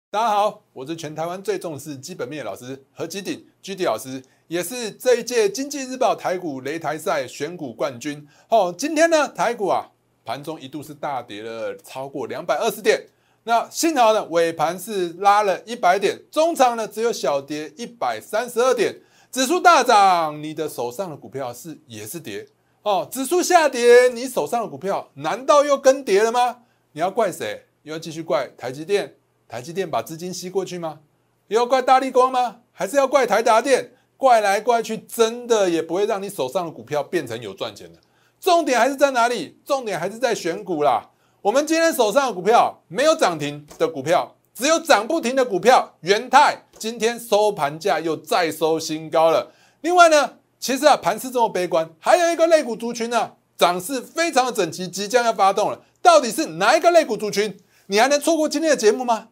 大家好，我是全台湾最重视基本面的老师何基鼎 GD 老师，也是这一届经济日报台股擂台赛选股冠军。今天呢台股盘中一度是大跌了超过220点，那幸好呢尾盘是拉了100点，中场呢只有小跌132点，指数大涨，你的手上的股票也是跌。指数下跌，你手上的股票难道又跟跌了吗？你要怪谁？又要继续怪台积电？台积电把资金吸过去吗？又要怪大立光吗？还是要怪台达电？怪来怪去，真的也不会让你手上的股票变成有赚钱的。重点还是在哪里？重点还是在选股啦。我们今天手上的股票没有涨停的股票，只有涨不停的股票。元泰今天收盘价又再收新高了。另外呢，其实盘势这么悲观，还有一个类股族群涨势非常的整齐，即将要发动了。到底是哪一个类股族群？你还能错过今天的节目吗？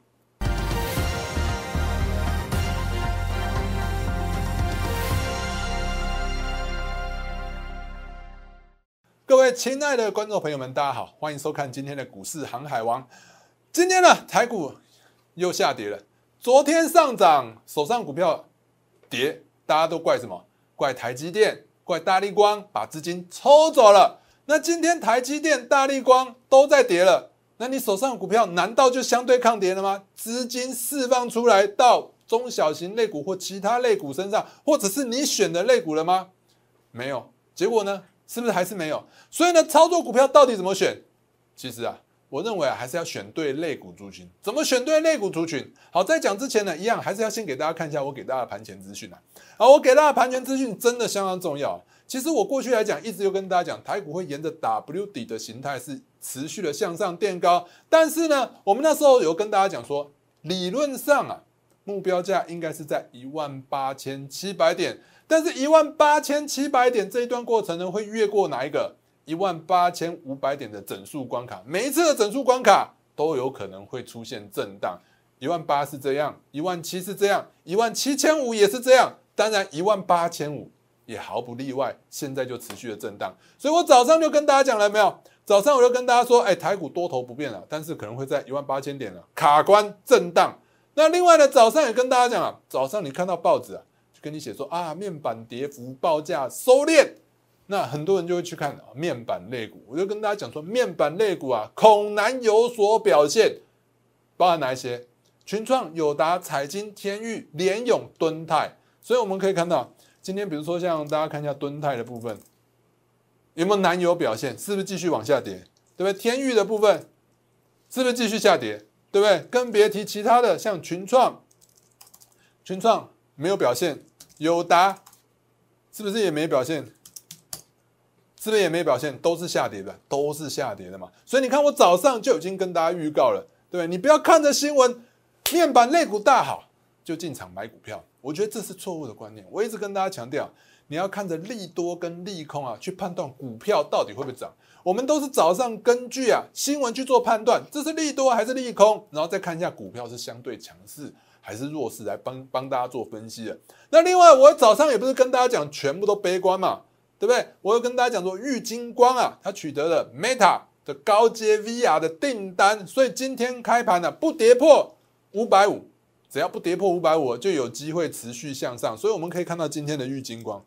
各位亲爱的观众朋友们，大家好，欢迎收看今天的股市航海王。今天呢，台股又下跌了。昨天上涨，手上股票跌，大家都怪什么？怪台积电，怪大立光把资金抽走了。那今天台积电、大立光都在跌了，那你手上的股票难道就相对抗跌了吗？资金释放出来到中小型类股或其他类股身上，或者是你选的类股了吗？没有。结果呢？是不是还是没有？所以呢，操作股票到底怎么选？其实我认为还是要选对类股族群。怎么选对类股族群？好，在讲之前呢，一样还是要先给大家看一下我给大家的盘前资讯好，我给大家的盘前资讯真的相当重要。其实我过去来讲，一直就跟大家讲，台股会沿着 W 底的形态是持续的向上垫高。但是呢，我们那时候有跟大家讲说，理论上目标价应该是在18700点。但是18700点这一段过程呢，会越过哪一个？18500点的整数关卡。每一次的整数关卡都有可能会出现震荡。18000是这样，17000是这样，17500也是这样。当然18500也毫不例外，现在就持续的震荡。所以我早上就跟大家讲了没有？早上我就跟大家说，台股多头不变了，但是可能会在18000点卡关震荡。那另外呢，早上也跟大家讲早上你看到报纸就跟你写说面板跌幅报价收敛，那很多人就会去看面板类股。我就跟大家讲说，面板类股恐难有所表现，包含哪一些？群创、友达、彩晶、天钰、联咏、敦泰。所以我们可以看到，今天比如说像大家看一下敦泰的部分，有没有难有表现？是不是继续往下跌？对不对？天钰的部分是不是继续下跌？对不对？更别提其他的，像群创没有表现，友达是不是也没表现？是不是也没表现？都是下跌的嘛。所以你看，我早上就已经跟大家预告了，对不对？你不要看着新闻，面板类股大好就进场买股票，我觉得这是错误的观念。我一直跟大家强调，你要看着利多跟利空去判断股票到底会不会涨。我们都是早上根据新闻去做判断，这是利多还是利空，然后再看一下股票是相对强势还是弱势，来帮大家做分析的。那另外，我早上也不是跟大家讲全部都悲观嘛，对不对？我有跟大家讲说，玉晶光它取得了 Meta 的高阶 VR 的订单，所以今天开盘不跌破550，只要不跌破550，就有机会持续向上。所以我们可以看到今天的玉晶光，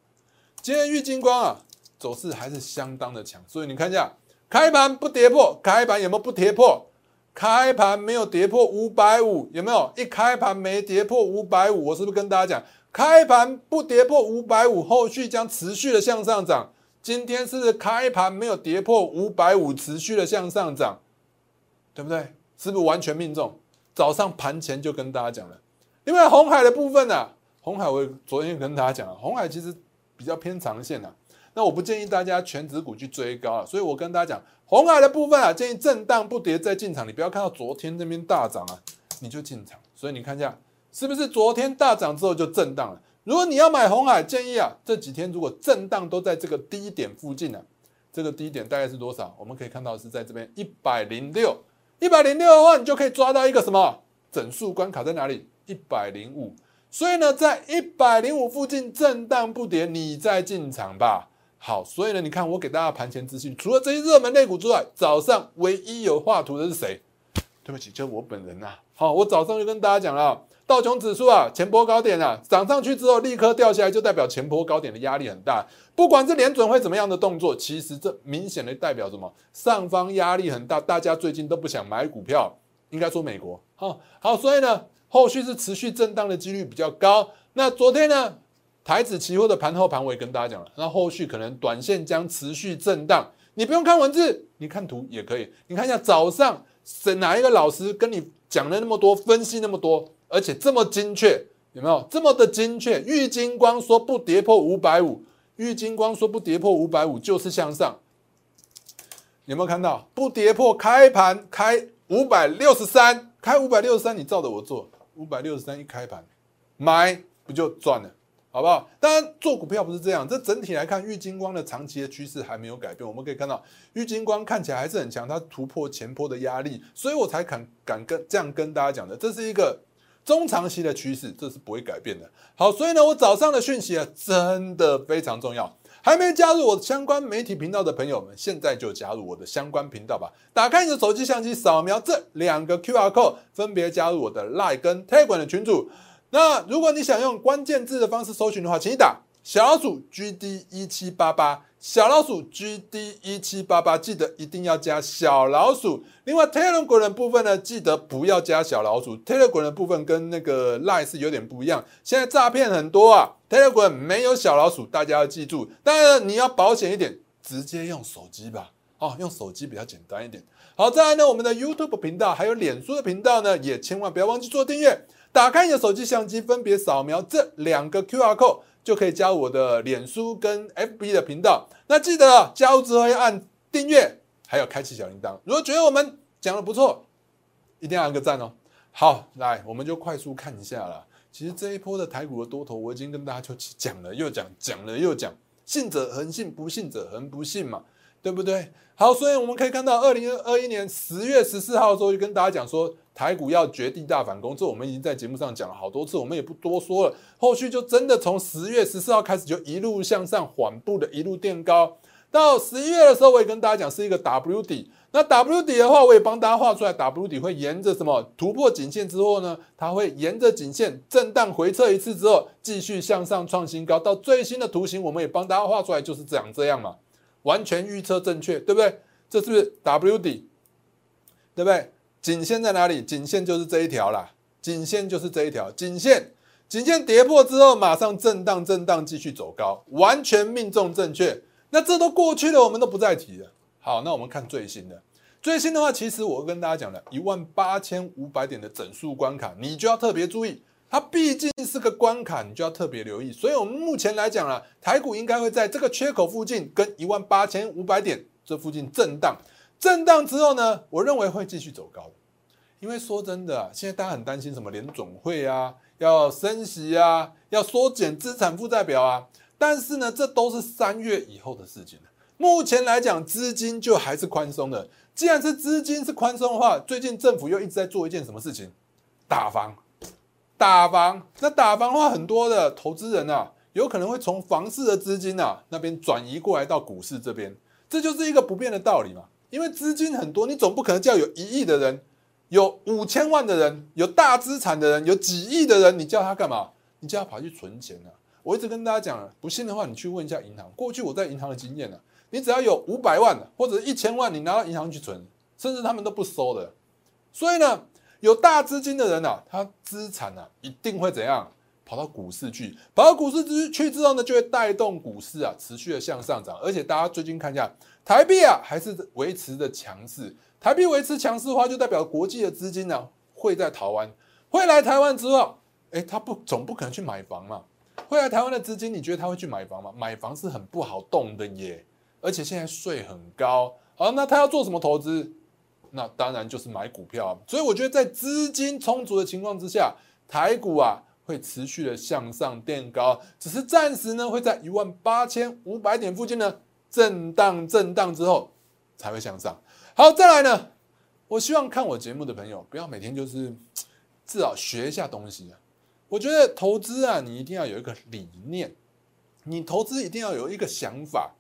走势还是相当的强。所以你看一下，开盘不跌破，开盘有没有不跌破？开盘没有跌破550，有没有？一开盘没跌破550，我是不是跟大家讲，开盘不跌破550，后续将持续的向上涨？今天是不是开盘没有跌破550，持续的向上涨，对不对？是不是完全命中？早上盘前就跟大家讲了。另外鸿海的部分鸿海我昨天跟大家讲鸿海其实比较偏长线那我不建议大家全指股去追高所以我跟大家讲，鸿海的部分建议震荡不跌再进场。你不要看到昨天那边大涨你就进场。所以你看一下，是不是昨天大涨之后就震荡了？如果你要买鸿海，建议这几天如果震荡都在这个低点附近这个低点大概是多少？我们可以看到是在这边106的话，你就可以抓到一个什么整数关卡在哪里？105。所以呢，在105附近震荡不跌，你再进场吧。好，所以呢，你看我给大家盘前资讯，除了这些热门类股之外，早上唯一有画图的是谁？对不起，就是我本人好，我早上就跟大家讲了，道琼指数啊，前波高点啊，涨上去之后立刻掉下来，就代表前波高点的压力很大。不管是联准会怎么样的动作，其实这明显的代表什么？上方压力很大，大家最近都不想买股票，应该说美国。好，所以呢，后续是持续震荡的几率比较高。那昨天呢，台指期货的盘后盘我也跟大家讲了，那后续可能短线将持续震荡。你不用看文字，你看图也可以。你看一下早上是哪一个老师跟你讲了那么多，分析那么多，而且这么精确，有没有这么的精确？玉金光说不跌破550，玉金光说不跌破550就是向上，有没有看到？不跌破开盘开563，开563，你照着我做，563一开盘买不就赚了？好不好？当然，做股票不是这样。这整体来看，玉金光的长期的趋势还没有改变。我们可以看到，玉金光看起来还是很强，它突破前波的压力，所以我才敢这样跟大家讲的。这是一个中长期的趋势，这是不会改变的。好，所以呢，我早上的讯息啊，真的非常重要。还没加入我相关媒体频道的朋友们，现在就加入我的相关频道吧。打开你的手机相机，扫描这2个 QR code， 分别加入我的 LINE 跟 Telegram 的群组。那如果你想用关键字的方式搜寻的话，请你打小老鼠 GD1788， 小老鼠 GD1788， 记得一定要加小老鼠。另外 Telegram 的部分呢，记得不要加小老鼠。Telegram 的部分跟那个 LINE 是有点不一样，现在诈骗很多啊。Telegram 没有小老鼠，大家要记住。当然你要保险一点，直接用手机吧。用手机比较简单一点。好，再来呢，我们的 YouTube 频道还有脸书的频道呢，也千万不要忘记做订阅。打开你的手机相机，分别扫描这2个 QR code， 就可以加入我的脸书跟 FB 的频道。那记得加入之后要按订阅，还有开启小铃铛。如果觉得我们讲的不错，一定要按个赞哦。好，来，我们就快速看一下啦。其实这一波的台股的多头，我已经跟大家就讲了又讲，讲了又讲，信者恒信，不信者恒不信嘛。对不对？好，所以我们可以看到2021年10月14号的时候，就跟大家讲说，台股要绝地大反攻，这我们已经在节目上讲了好多次，我们也不多说了。后续就真的从10月14号开始，就一路向上，缓步的一路垫高。到11月的时候，我也跟大家讲是一个 W 底。那 W 底的话，我也帮大家画出来 ，W 底会沿着什么突破颈线之后呢？它会沿着颈线震荡回撤一次之后，继续向上创新高。到最新的图形，我们也帮大家画出来，就是长这样嘛。完全预测正确，对不对？这是不是 W 底？对不对？颈线在哪里？颈线就是这一条啦，颈线就是这一条，颈线跌破之后，马上震荡，继续走高，完全命中正确。那这都过去了，我们都不再提了。好，那我们看最新的。最新的话，其实我跟大家讲了，18500点的整数关卡，你就要特别注意。它毕竟是个关卡，你就要特别留意。所以我们目前来讲啊，台股应该会在这个缺口附近跟18500点这附近震荡。震荡之后呢，我认为会继续走高的。因为说真的啊，现在大家很担心什么联准会啊，要升息啊，要缩减资产负债表啊。但是呢，这都是3月以后的事情了。目前来讲，资金就还是宽松的。既然是资金是宽松的话，最近政府又一直在做一件什么事情？打房。那打房的话，很多的投资人啊，有可能会从房市的资金啊那边转移过来到股市这边，这就是一个不变的道理嘛。因为资金很多，你总不可能叫有1亿的人，有5000万的人，有大资产的人，有几亿的人，你叫他干嘛？你叫他跑去存钱啊！我一直跟大家讲，不信的话，你去问一下银行。过去我在银行的经验啊，你只要有500万或者1000万，你拿到银行去存，甚至他们都不收的。所以呢，有大资金的人啊，他资产啊一定会怎样？跑到股市去，跑到股市去之后呢，就会带动股市啊持续的向上涨。而且大家最近看一下，台币啊还是维持的强势。台币维持强势的话，就代表国际的资金呢会在台湾，会来台湾之后，他总不可能去买房嘛。会来台湾的资金，你觉得他会去买房吗？买房是很不好动的耶，而且现在税很高。好，那他要做什么投资？那当然就是买股票。所以我觉得在资金充足的情况之下，台股啊会持续的向上垫高，只是暂时呢会在18500点附近呢震荡之后才会向上。好，再来呢，我希望看我节目的朋友不要每天就是至少学一下东西啊。我觉得投资啊，你一定要有一个理念，你投资一定要有一个想法。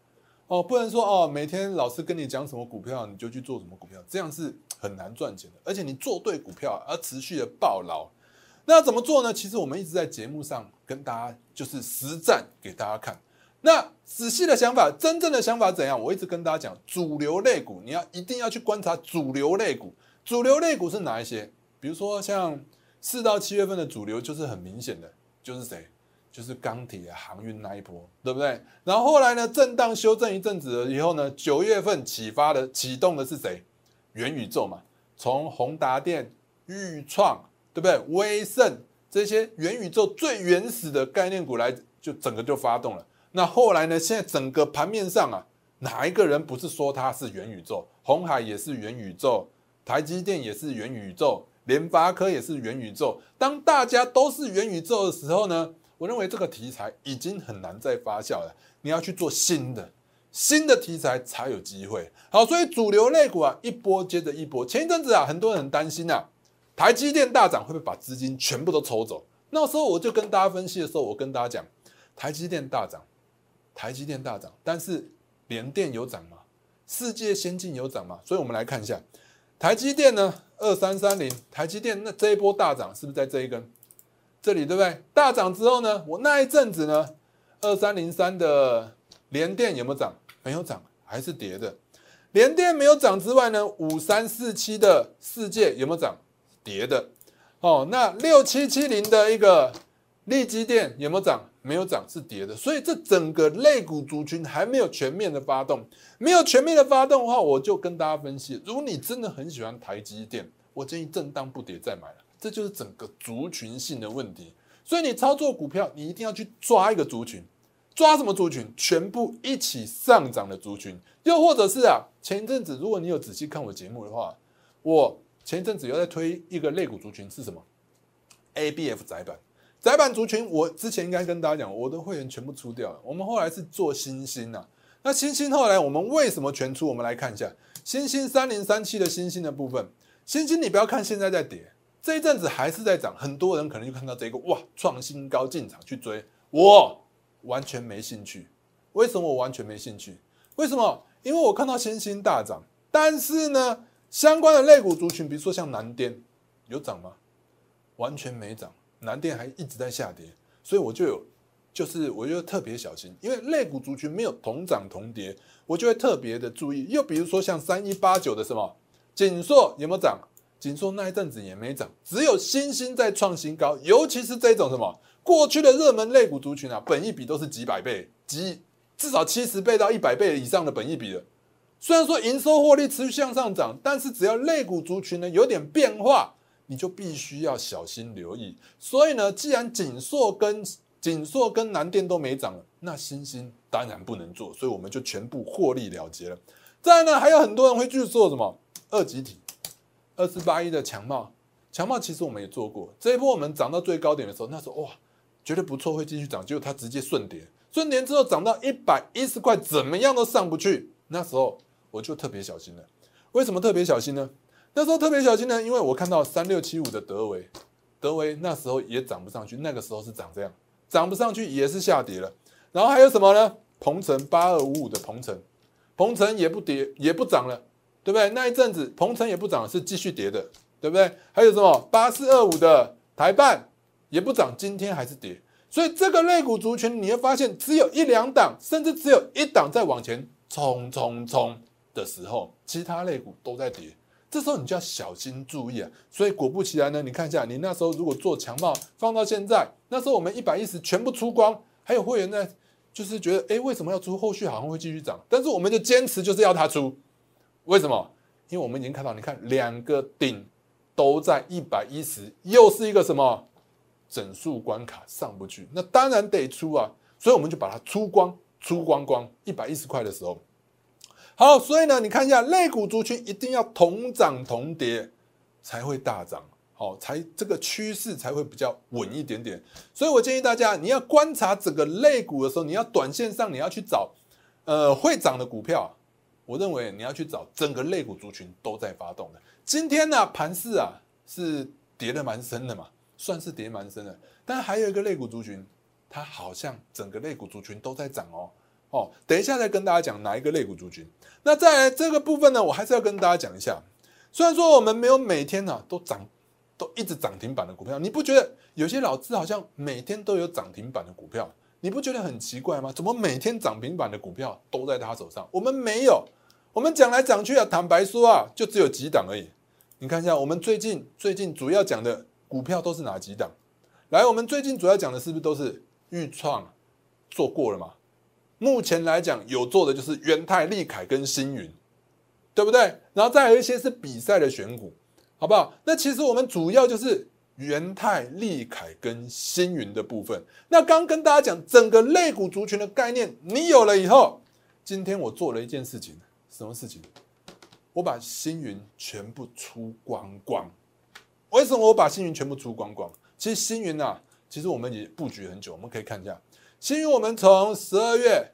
哦，不能说哦，每天老师跟你讲什么股票，你就去做什么股票，这样是很难赚钱的。而且你做对股票，而持续的抱牢，那怎么做呢？其实我们一直在节目上跟大家就是实战给大家看。那仔细的想法，真正的想法怎样？我一直跟大家讲，主流类股你一定要去观察主流类股。主流类股是哪一些？比如说像4到7月份的主流，就是很明显的，就是谁？就是钢铁、航运那一波，对不对？然后后来呢，震荡修正一阵子了以后呢，9月份启动的是谁？元宇宙嘛，从宏达电、裕创，对不对？威盛这些元宇宙最原始的概念股来，就整个就发动了。那后来呢，现在整个盘面上啊，哪一个人不是说它是元宇宙？鸿海也是元宇宙，台积电也是元宇宙，联发科也是元宇宙。当大家都是元宇宙的时候呢，我认为这个题材已经很难再发酵了，你要去做新的题材才有机会。好，所以主流类股啊，一波接着一波。前一阵子啊，很多人很担心啊，台积电大涨会不会把资金全部都抽走？那时候我就跟大家分析的时候，我跟大家讲，台积电大涨，但是联电有涨吗？世界先进有涨吗？所以我们来看一下台积电呢，2330，台积电那这一波大涨是不是在这一根？这里对不对？大涨之后呢，我那一阵子呢，2303的联电有没有涨？没有涨，还是跌的。联电没有涨之外呢，5347的世界有没有涨？跌的。哦，那6770的一个力积电有没有涨？没有涨，是跌的。所以这整个类股族群还没有全面的发动。没有全面的发动的话，我就跟大家分析，如果你真的很喜欢台积电，我建议震荡不跌再买了。这就是整个族群性的问题，所以你操作股票，你一定要去抓一个族群，抓什么族群？全部一起上涨的族群，又或者是啊，前一阵子如果你有仔细看我节目的话，我前一阵子有在推一个类股族群是什么 ？ABF 载板族群，我之前应该跟大家讲，我的会员全部出掉了。我们后来是做新兴啊，那新兴后来我们为什么全出？我们来看一下新兴3037的新兴的部分，新兴你不要看现在在跌。这一阵子还是在涨，很多人可能就看到这个哇创新高进场去追，我完全没兴趣。为什么我完全没兴趣？为什么？因为我看到新兴大涨，但是呢，相关的类股族群，比如说像南电，有涨吗？完全没涨，南电还一直在下跌，所以我就特别小心，因为类股族群没有同涨同跌，我就会特别的注意。又比如说像3189的什么锦硕有没有涨？锦硕那一阵子也没涨，只有新兴在创新高，尤其是这种什么过去的热门类股族群啊，本益比都是几百倍，至少70倍到100倍以上的本益比了。虽然说营收获利持续向上涨，但是只要类股族群呢有点变化，你就必须要小心留意。所以呢，既然锦硕跟南电都没涨了，那新兴当然不能做，所以我们就全部获利了结了。再来呢，还有很多人会去做什么二级体。2481的强茂其实我们也做过，这一波我们涨到最高点的时候，那时候哇，觉得不错，会继续涨，结果它直接顺跌之后涨到110块，怎么样都上不去。那时候我就特别小心了。为什么特别小心呢？那时候特别小心呢，因为我看到3675的德微那时候也涨不上去，那个时候是涨这样，涨不上去也是下跌了。然后还有什么呢？鹏程8255的鹏程也不跌也不涨了。对不对？那一阵子鹏程也不涨，是继续跌的，对不对？还有什么8425的台半也不涨，今天还是跌。所以这个类股族群，你会发现只有1-2档，甚至只有1档在往前冲的时候，其他类股都在跌。这时候你就要小心注意啊。所以果不其然呢，你看一下，你那时候如果做强茂，放到现在，那时候我们110全部出光，还有会员呢，就是觉得，为什么要出？后续好像会继续涨，但是我们就坚持就是要它出。为什么？因为我们已经看到，你看2个顶都在110，又是一个什么整数关卡上不去，那当然得出啊，所以我们就把它出光110块的时候。好，所以呢，你看一下类股族群一定要同涨同跌才会大涨，好，才这个趋势才会比较稳一点点。所以我建议大家，你要观察整个类股的时候，你要短线上你要去找会涨的股票。我认为你要去找整个类股族群都在发动的。今天呢，盘势啊是跌得蛮深的嘛，算是跌蛮深的。但还有一个类股族群，它好像整个类股族群都在涨哦。 哦，等一下再跟大家讲哪一个类股族群。那再来这个部分呢，我还是要跟大家讲一下。虽然说我们没有每天都一直涨停板的股票，你不觉得有些老师好像每天都有涨停板的股票？你不觉得很奇怪吗？怎么每天涨停板的股票都在他手上，我们没有？我们讲来讲去啊，坦白说啊，就只有几档而已。你看一下，我们最近主要讲的股票都是哪几档？来，我们最近主要讲的是不是都是钰创做过了嘛？目前来讲有做的就是元泰、立凯跟星云，对不对？然后再有一些是比赛的选股，好不好？那其实我们主要就是元泰、立凯跟星云的部分。那刚跟大家讲整个类股族群的概念，你有了以后，今天我做了一件事情，什么事情？我把星云全部出光光。为什么我把星云全部出光光？其实星云啊，其实我们也布局很久，我们可以看一下星云，我们从12月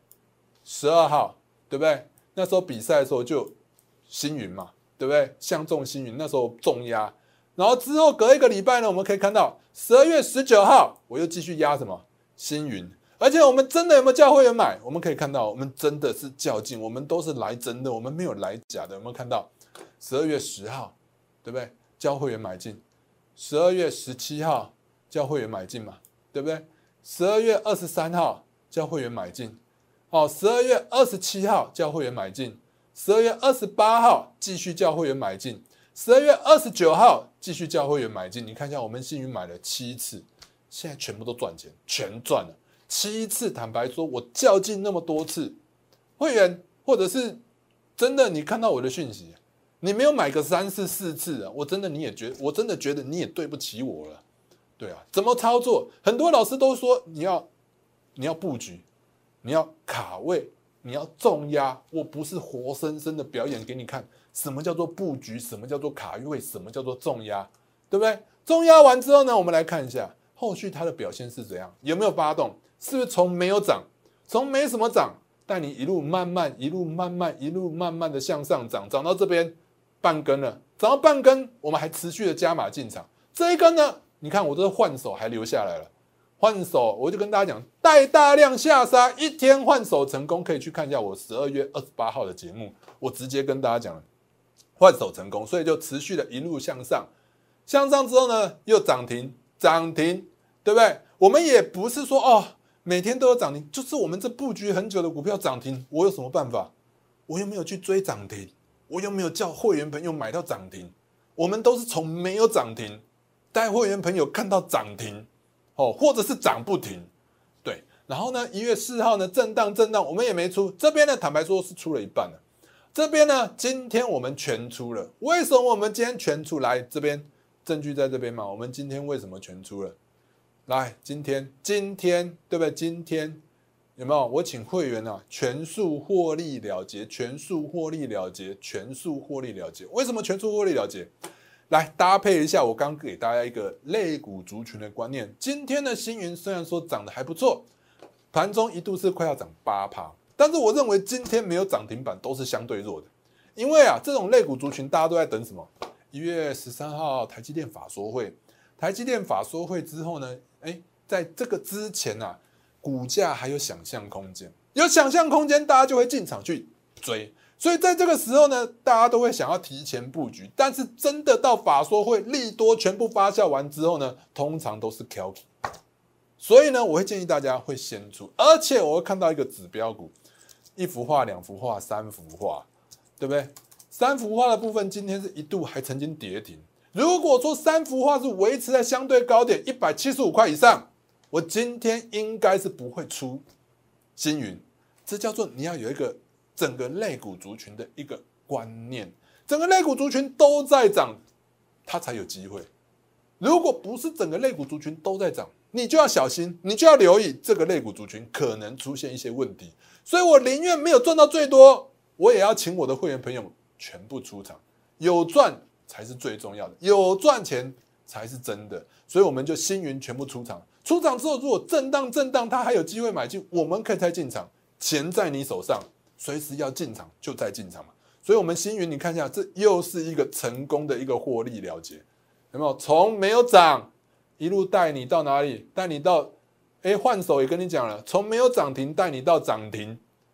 12号，对不对？那时候比赛的时候就星云嘛，对不对？相中星云，那时候重压，然后之后隔一个礼拜呢，我们可以看到12月19号，我又继续压什么星云，而且我们真的有没有叫会员买？我们可以看到，我们真的是较劲，我们都是来真的，我们没有来假的。有没有看到12月10号，对不对？叫会员买进，12月17号叫会员买进嘛，对不对？12月23号叫会员买进。12月27号叫会员买进，12月28号继续叫会员买进，12月29号继续叫会员买进。你看一下，我们星云买了7次，现在全部都赚钱，全赚了7次。坦白说，我较劲那么多次，会员或者是真的，你看到我的讯息，你没有买个3次4次啊，我真的觉得你也对不起我了。对啊，怎么操作？很多老师都说你要布局。你要卡位，你要重压，我不是活生生的表演给你看什么叫做布局，什么叫做卡位，什么叫做重压，对不对？重压完之后呢，我们来看一下后续它的表现是怎样，有没有发动，是不是从没有涨，从没什么涨，带你一路慢慢的向上涨，涨到这边半根了，涨到半根，我们还持续的加码进场，这一根呢，你看我这换手还留下来了。换手，我就跟大家讲，带大量下杀，一天换手成功，可以去看一下我12月28号的节目，我直接跟大家讲了，换手成功，所以就持续的一路向上，向上之后呢，又涨停，对不对？我们也不是说每天都有涨停，就是我们这布局很久的股票涨停，我有什么办法？我又没有去追涨停，我又没有叫会员朋友买到涨停，我们都是从没有涨停带会员朋友看到涨停。或者是涨不停，对，然后呢，1月4号呢，震荡，我们也没出，这边呢，坦白说是出了一半了，这边呢，今天我们全出了，为什么我们今天全出来？这边证据在这边嘛，我们今天为什么全出了？来，今天对不对？今天有没有？我请会员啊，全数获利了结，为什么全数获利了结？来搭配一下，我刚给大家一个类股族群的观念。今天的星云虽然说涨得还不错，盘中一度是快要涨8%，但是我认为今天没有涨停板都是相对弱的，因为这种类股族群大家都在等什么？1月13号台积电法说会之后呢，在这个之前股价还有想象空间，大家就会进场去追。所以在这个时候呢，大家都会想要提前布局，但是真的到法说会利多全部发酵完之后呢，通常都是 KO。所以呢，我会建议大家会先出，而且我会看到一个指标股，1幅画、2幅画、3幅画，对不对？3幅画的部分今天是一度还曾经跌停。如果说3幅画是维持在相对高点175块以上，我今天应该是不会出星云，这叫做你要有一个整个类股族群的一个观念，整个类股族群都在涨，它才有机会。如果不是整个类股族群都在涨，你就要小心，你就要留意这个类股族群可能出现一些问题。所以我宁愿没有赚到最多，我也要请我的会员朋友全部出场，有赚才是最重要的，有赚钱才是真的。所以我们就星云全部出场，出场之后如果震荡，它还有机会买进，我们可以再进场，钱在你手上。随时要进场就再进场嘛，所以我们星云你看一下，这又是一个成功的一个获利了结，有没有？从没有涨一路带你到哪里？带你到换手也跟你讲了，从没有涨停带你到涨停，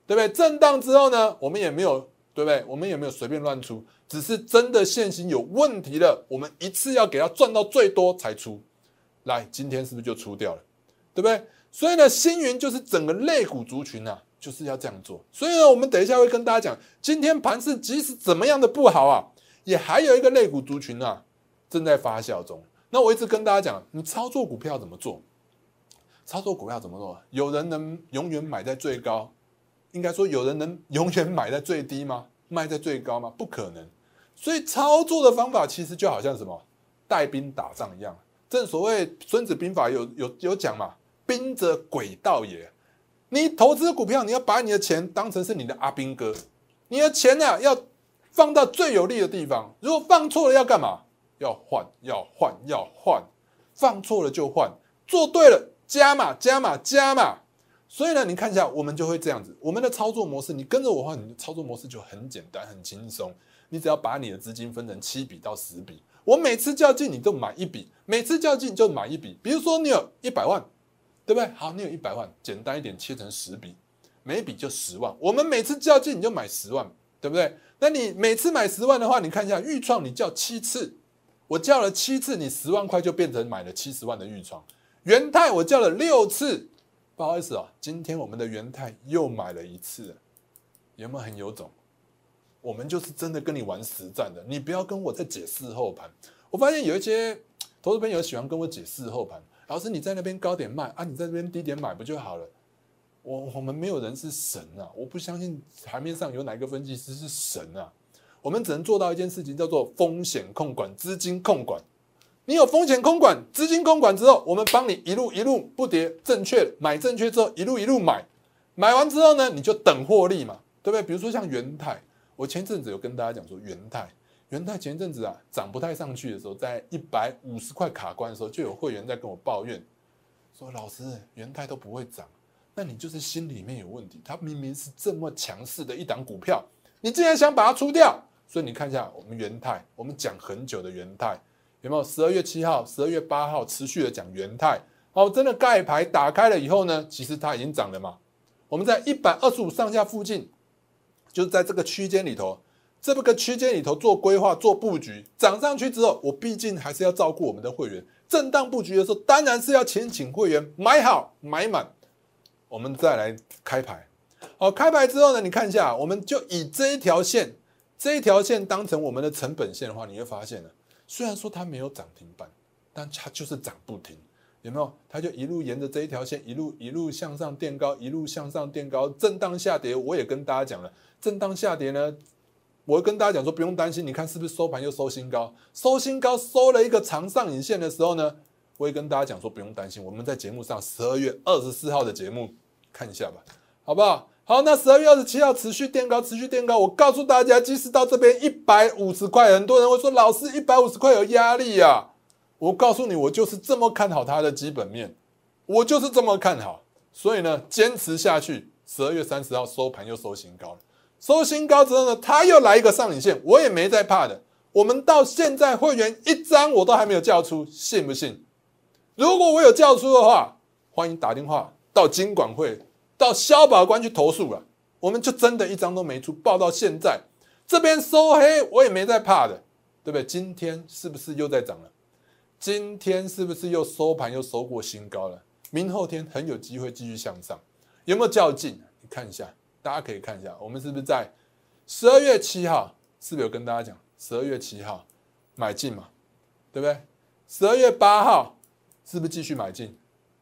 对不对？震荡之后呢，我们也没有，对不对？我们也没有随便乱出，只是真的现行有问题了，我们一次要给它赚到最多才出。来，今天是不是就出掉了？对不对？所以呢，星云就是整个类股族群啊，就是要这样做。所以呢，我们等一下会跟大家讲，今天盘势即使怎么样的不好啊，也还有一个类股族群啊正在发酵中。那我一直跟大家讲，你操作股票怎么做？操作股票怎么做？有人能永远买在最高？应该说，有人能永远买在最低吗？卖在最高吗？不可能。所以操作的方法其实就好像什么带兵打仗一样。正所谓《孙子兵法》有讲嘛，兵者诡道也。你投资股票，你要把你的钱当成是你的阿兵哥，你的钱呢、要放到最有利的地方。如果放错了要干嘛？要换，要换，要换。放错了就换，做对了加码，加码，加码。所以呢，你看一下，我们就会这样子。我们的操作模式，你跟着我的话，你的操作模式就很简单、很轻松。你只要把你的资金分成7笔到10笔，我每次较劲你就买1笔，每次较劲就买1笔。比如说你有100万，对不对？好，你有100万，简单一点切成10笔，每一笔就10万。我们每次较劲你就买10万，对不对？那你每次买10万的话，你看一下豫创，你叫7次，我叫了7次，你10万块就变成买了70万的豫创。元泰我叫了6次。不好意思啊，今天我们的元泰又买了1次，有没有很有种？我们就是真的跟你玩实战的，你不要跟我在解事后盘。我发现有一些投资朋友喜欢跟我解事后盘，老师你在那边高点卖啊，你在这边低点买不就好了？我们没有人是神啊，我不相信台面上有哪个分析师是神啊。我们只能做到一件事情，叫做风险控管、资金控管。你有风险控管、资金控管之后，我们帮你一路不跌，正确买正确之后，一路买，买完之后呢，你就等获利嘛，对不对？比如说像元泰，我前阵子有跟大家讲说，元泰前阵子啊涨不太上去的时候，在150块卡关的时候，就有会员在跟我抱怨说，老师元泰都不会涨，那你就是心里面有问题，它明明是这么强势的一档股票，你竟然想把它出掉。所以你看一下我们元泰，我们讲很久的元泰。有没有12月7号、12月8号持续的讲元泰？哦，真的盖牌打开了以后呢，其实它已经涨了嘛。我们在125上下附近，就是在这个区间里头，这个区间里头做规划、做布局。涨上去之后，我毕竟还是要照顾我们的会员。震荡布局的时候，当然是要请会员买好买满，我们再来开牌。好，开牌之后呢，你看一下，我们就以这一条线当成我们的成本线的话，你会发现呢。虽然说它没有涨停板，但它就是涨不停，有没有？它就一路沿着这一条线，一路向上垫高，一路向上垫高，震荡下跌。我也跟大家讲了，震荡下跌呢，我会跟大家讲说不用担心，你看是不是收盘又收新高？收新高收了一个长上影线的时候呢，我也跟大家讲说不用担心，我们在节目上12月24号的节目看一下吧，好不好？好，那12月27号持续垫高，我告诉大家，即使到这边150块，很多人会说老师150块有压力啊。我告诉你，我就是这么看好它的基本面，我就是这么看好，所以呢，坚持下去。12月30号收盘又收新高了，收新高之后呢，它又来一个上影线，我也没在怕的。我们到现在会员1张我都还没有叫出，信不信？如果我有叫出的话，欢迎打电话到金管会。到消保官去投诉了，我们就真的1张都没出，报到现在，这边收黑我也没在怕的，对不对？今天是不是又在涨了？今天是不是又收盘又收过新高了？明后天很有机会继续向上，有没有较劲？你看一下，大家可以看一下，我们是不是在12月7号，是不是有跟大家讲12月7号买进嘛？对不对？12月8号是不是继续买进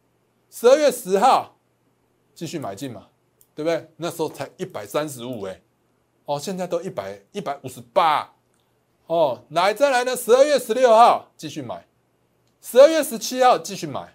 ？12月10号。继续买进嘛，对不对？那时候才135哦，现在都158哦。来，再来呢？12月16号继续买，12月17号继续买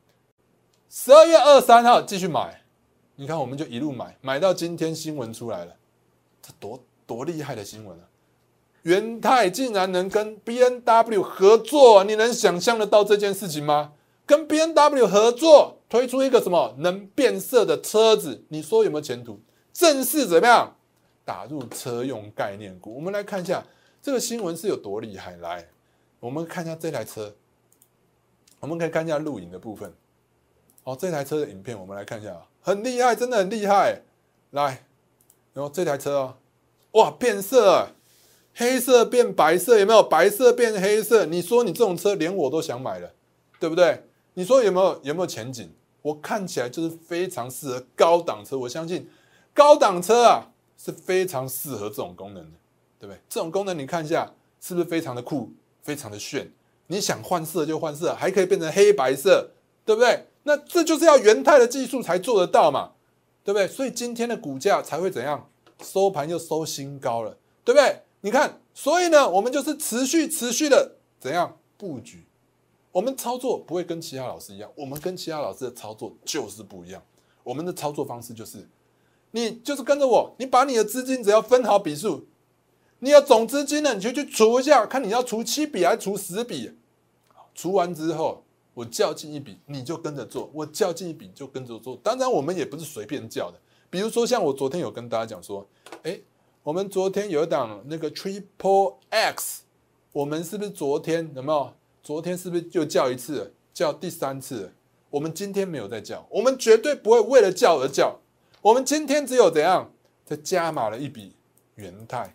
，12月23号继续买。你看，我们就一路买到今天新闻出来了，这多厉害的新闻啊！元泰竟然能跟 BMW 合作，你能想象得到这件事情吗？跟 BMW 合作推出一个什么能变色的车子，你说有没有前途？正式怎么样打入车用概念股？我们来看一下这个新闻是有多厉害。来，我们看一下这台车，我们可以看一下录影的部分。这台车的影片我们来看一下，很厉害，真的很厉害。来， 然后这台车啊，哇，变色了，黑色变白色，有没有？白色变黑色，你说你这种车连我都想买了，对不对？你说有没有前景？我看起来就是非常适合高档车，我相信高档车啊是非常适合这种功能的，对不对？这种功能你看一下，是不是非常的酷，非常的炫？你想换色就换色，还可以变成黑白色，对不对？那这就是要元太的技术才做得到嘛，对不对？所以今天的股价才会怎样？收盘又收新高了，对不对？你看，所以呢，我们就是持续的怎样布局？我们操作不会跟其他老师一样，我们跟其他老师的操作就是不一样。我们的操作方式就是，你就是跟着我，你把你的资金只要分好笔数，你有总资金呢，你就去除一下，看你要除7笔还是除10笔。除完之后，我叫进一笔，你就跟着做；我叫进一笔就跟着做。当然，我们也不是随便叫的。比如说，像我昨天有跟大家讲说，我们昨天有一档那个 Triple X， 我们是不是昨天有没有？昨天是不是又叫一次了？叫第3次了？我们今天没有再叫，我们绝对不会为了叫而叫。我们今天只有怎样？再加码了一笔元太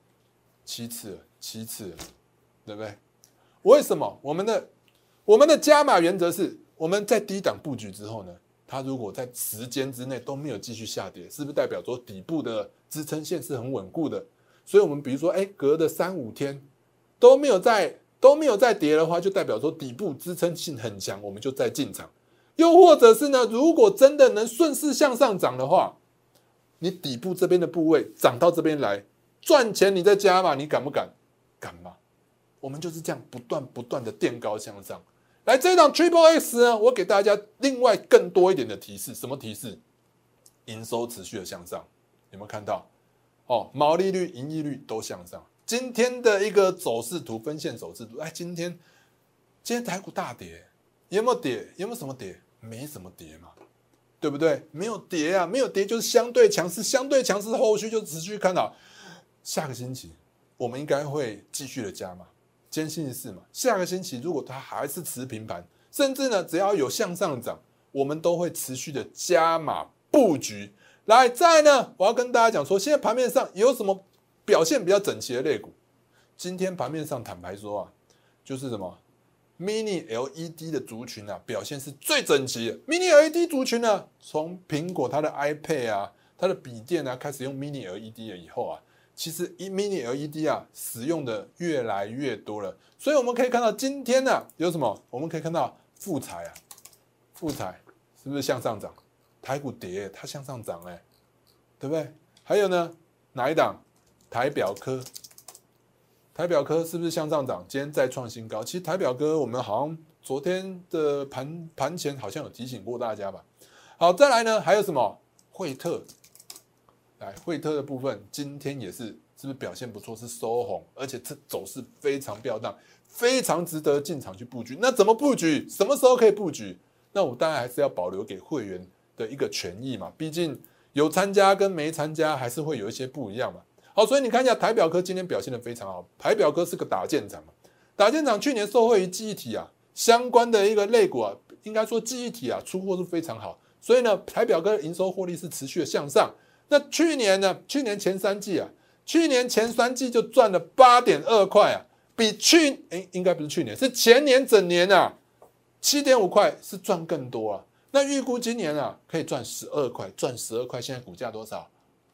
，7次了，7次了，对不对？为什么？我们的加码原则是，我们在低档布局之后呢，它如果在时间之内都没有继续下跌，是不是代表说底部的支撑线是很稳固的？所以我们比如说，隔的3-5天都没有再跌的话，就代表说底部支撑性很强，我们就再进场。又或者是呢，如果真的能顺势向上涨的话，你底部这边的部位涨到这边来赚钱，你再加码，你敢不敢？敢吗？我们就是这样不断的垫高向上。来，这一档 Triple X 呢，我给大家另外更多一点的提示，什么提示？营收持续的向上，有没有看到？毛利率、盈利率都向上。今天的一个走势图，分线走势图，今天台股大跌，有没有跌？有没有什么跌？没什么跌嘛，对不对？没有跌啊，没有跌就是相对强势，相对强势后续就持续看好。下个星期我们应该会继续的加码，今天星期4嘛，下个星期如果它还是持平盘，甚至呢只要有向上涨，我们都会持续的加码布局。来，再呢，我要跟大家讲说，现在盘面上有什么表现比较整齐的类股？今天盘面上坦白说啊，就是什么 Mini LED 的族群啊，表现是最整齐的。Mini LED 族群呢，从苹果它的 iPad 啊，它的笔电啊开始用 Mini LED 了以后啊，其实Mini LED 啊使用的越来越多了。所以我们可以看到今天呢有什么？我们可以看到富彩是不是向上涨？台股跌，它向上涨对不对？还有呢，哪一档？台表科是不是向上涨？今天再创新高。其实台表科我们好像昨天的盘前好像有提醒过大家吧。好，再来呢，还有什么？惠特，来惠特的部分，今天也是不是表现不错？是收红，而且这走势非常漂亮，非常值得进场去布局。那怎么布局？什么时候可以布局？那我当然还是要保留给会员的一个权益嘛，毕竟有参加跟没参加还是会有一些不一样嘛。好，所以你看一下台表科今天表现得非常好。台表科是个打箭场嘛，打箭场去年受惠于记忆体啊相关的一个类股啊，应该说记忆体啊出货是非常好，所以呢台表科的营收获利是持续的向上。那去年前3季就赚了8.2块啊，比应该不是去年，是前年整年啊7.5块是赚更多啊。那预估今年啊可以赚12块，现在股价多少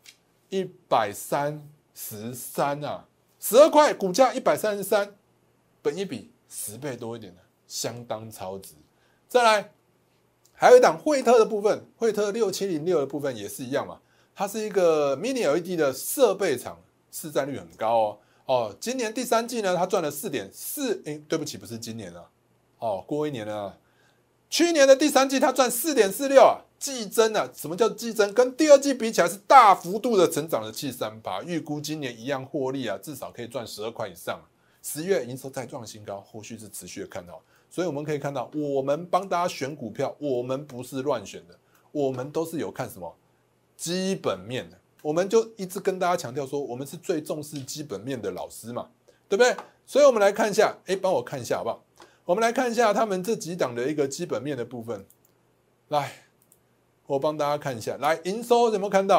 ？133啊，12块股价133，本益比10倍多一点的，相当超值。再来，还有一档惠特的部分，惠特6706的部分也是一样嘛，它是一个 Mini LED 的设备厂，市占率很高哦。今年第3季呢，它赚了4.4，对不起，不是今年啊，过一年了啊。去年的第3季它赚4.46啊，季增啊，什么叫季增？跟第2季比起来是大幅度的成长了73%，预估今年一样获利啊，至少可以赚12块以上。10月营收再创新高，后续是持续的看好。所以我们可以看到，我们帮大家选股票，我们不是乱选的，我们都是有看什么基本面的。我们就一直跟大家强调说，我们是最重视基本面的老师嘛，对不对？所以我们来看一下，帮我看一下好不好？我们来看一下他们这几档的一个基本面的部分。来，我帮大家看一下。来，营收有没有看到？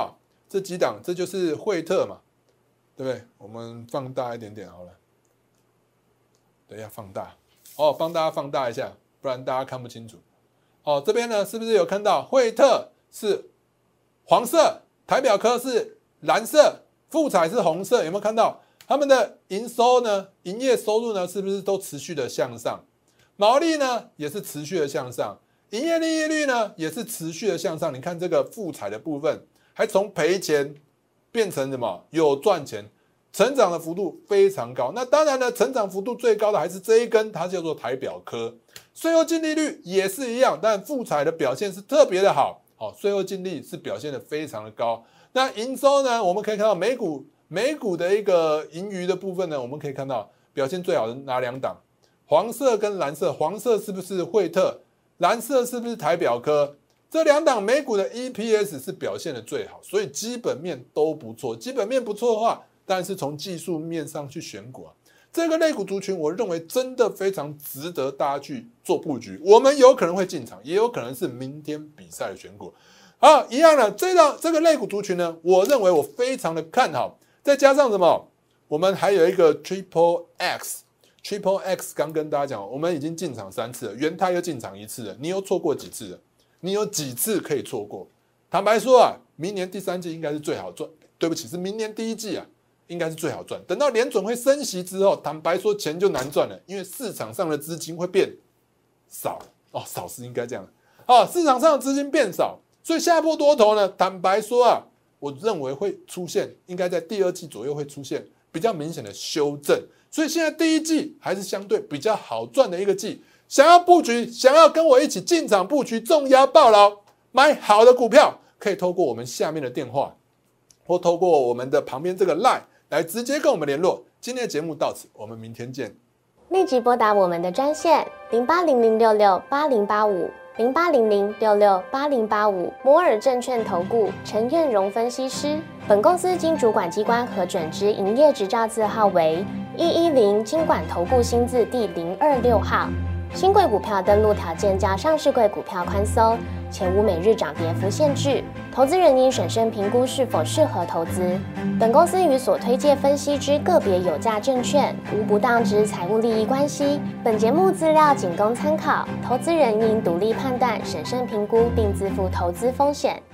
这几档，这就是惠特嘛，对不对？我们放大一点点好了，等一下放大哦，帮大家放大一下，不然大家看不清楚。哦，这边呢是不是有看到惠特是黄色，台表科是蓝色，富彩是红色，有没有看到？他们的营收呢，营业收入呢，是不是都持续的向上？毛利呢也是持续的向上，营业利益率呢也是持续的向上。你看这个富彩的部分，还从赔钱变成什么？有赚钱，成长的幅度非常高。那当然呢，成长幅度最高的还是这一根，它叫做台表科。税后净利率也是一样，但富彩的表现是特别的好，税后净利是表现的非常的高。那营收呢，我们可以看到美股的一个盈余的部分呢，我们可以看到表现最好的哪两档？黄色跟蓝色，黄色是不是惠特？蓝色是不是台表科？这两档美股的 EPS 是表现的最好，所以基本面都不错。基本面不错的话，当然是从技术面上去选股啊。这个类股族群，我认为真的非常值得大家去做布局。我们有可能会进场，也有可能是明天比赛的选股。好，一样的，这个类股族群呢，我认为我非常的看好。再加上什么？我们还有一个 Triple X 刚跟大家讲，我们已经进场3次了，元泰又进场1次了，你又错过几次了？你有几次可以错过？坦白说啊，明年第3季应该是最好赚，对不起，是明年第1季啊，应该是最好赚。等到联准会升息之后，坦白说钱就难赚了，因为市场上的资金会变少哦，少是应该这样哦，市场上的资金变少，所以下波多头呢，坦白说啊，我认为会出现，应该在第2季左右会出现比较明显的修正。所以现在第1季还是相对比较好赚的一个季，想要布局，想要跟我一起进场布局重压抱牢，买好的股票，可以透过我们下面的电话，或透过我们的旁边这个 LINE 来直接跟我们联络。今天的节目到此，我们明天见。 立即拨打我们的专线08006680850800668085摩尔证券投顾陈彦荣分析师。本公司经主管机关核准之营业执照字号为110金管投顾新字第026号。新贵股票登录条件较上市贵股票宽松，且无每日涨跌幅限制。投资人应审慎评估是否适合投资。本公司与所推介分析之个别有价证券无不当之财务利益关系。本节目资料仅供参考，投资人应独立判断、审慎评估，并自负投资风险。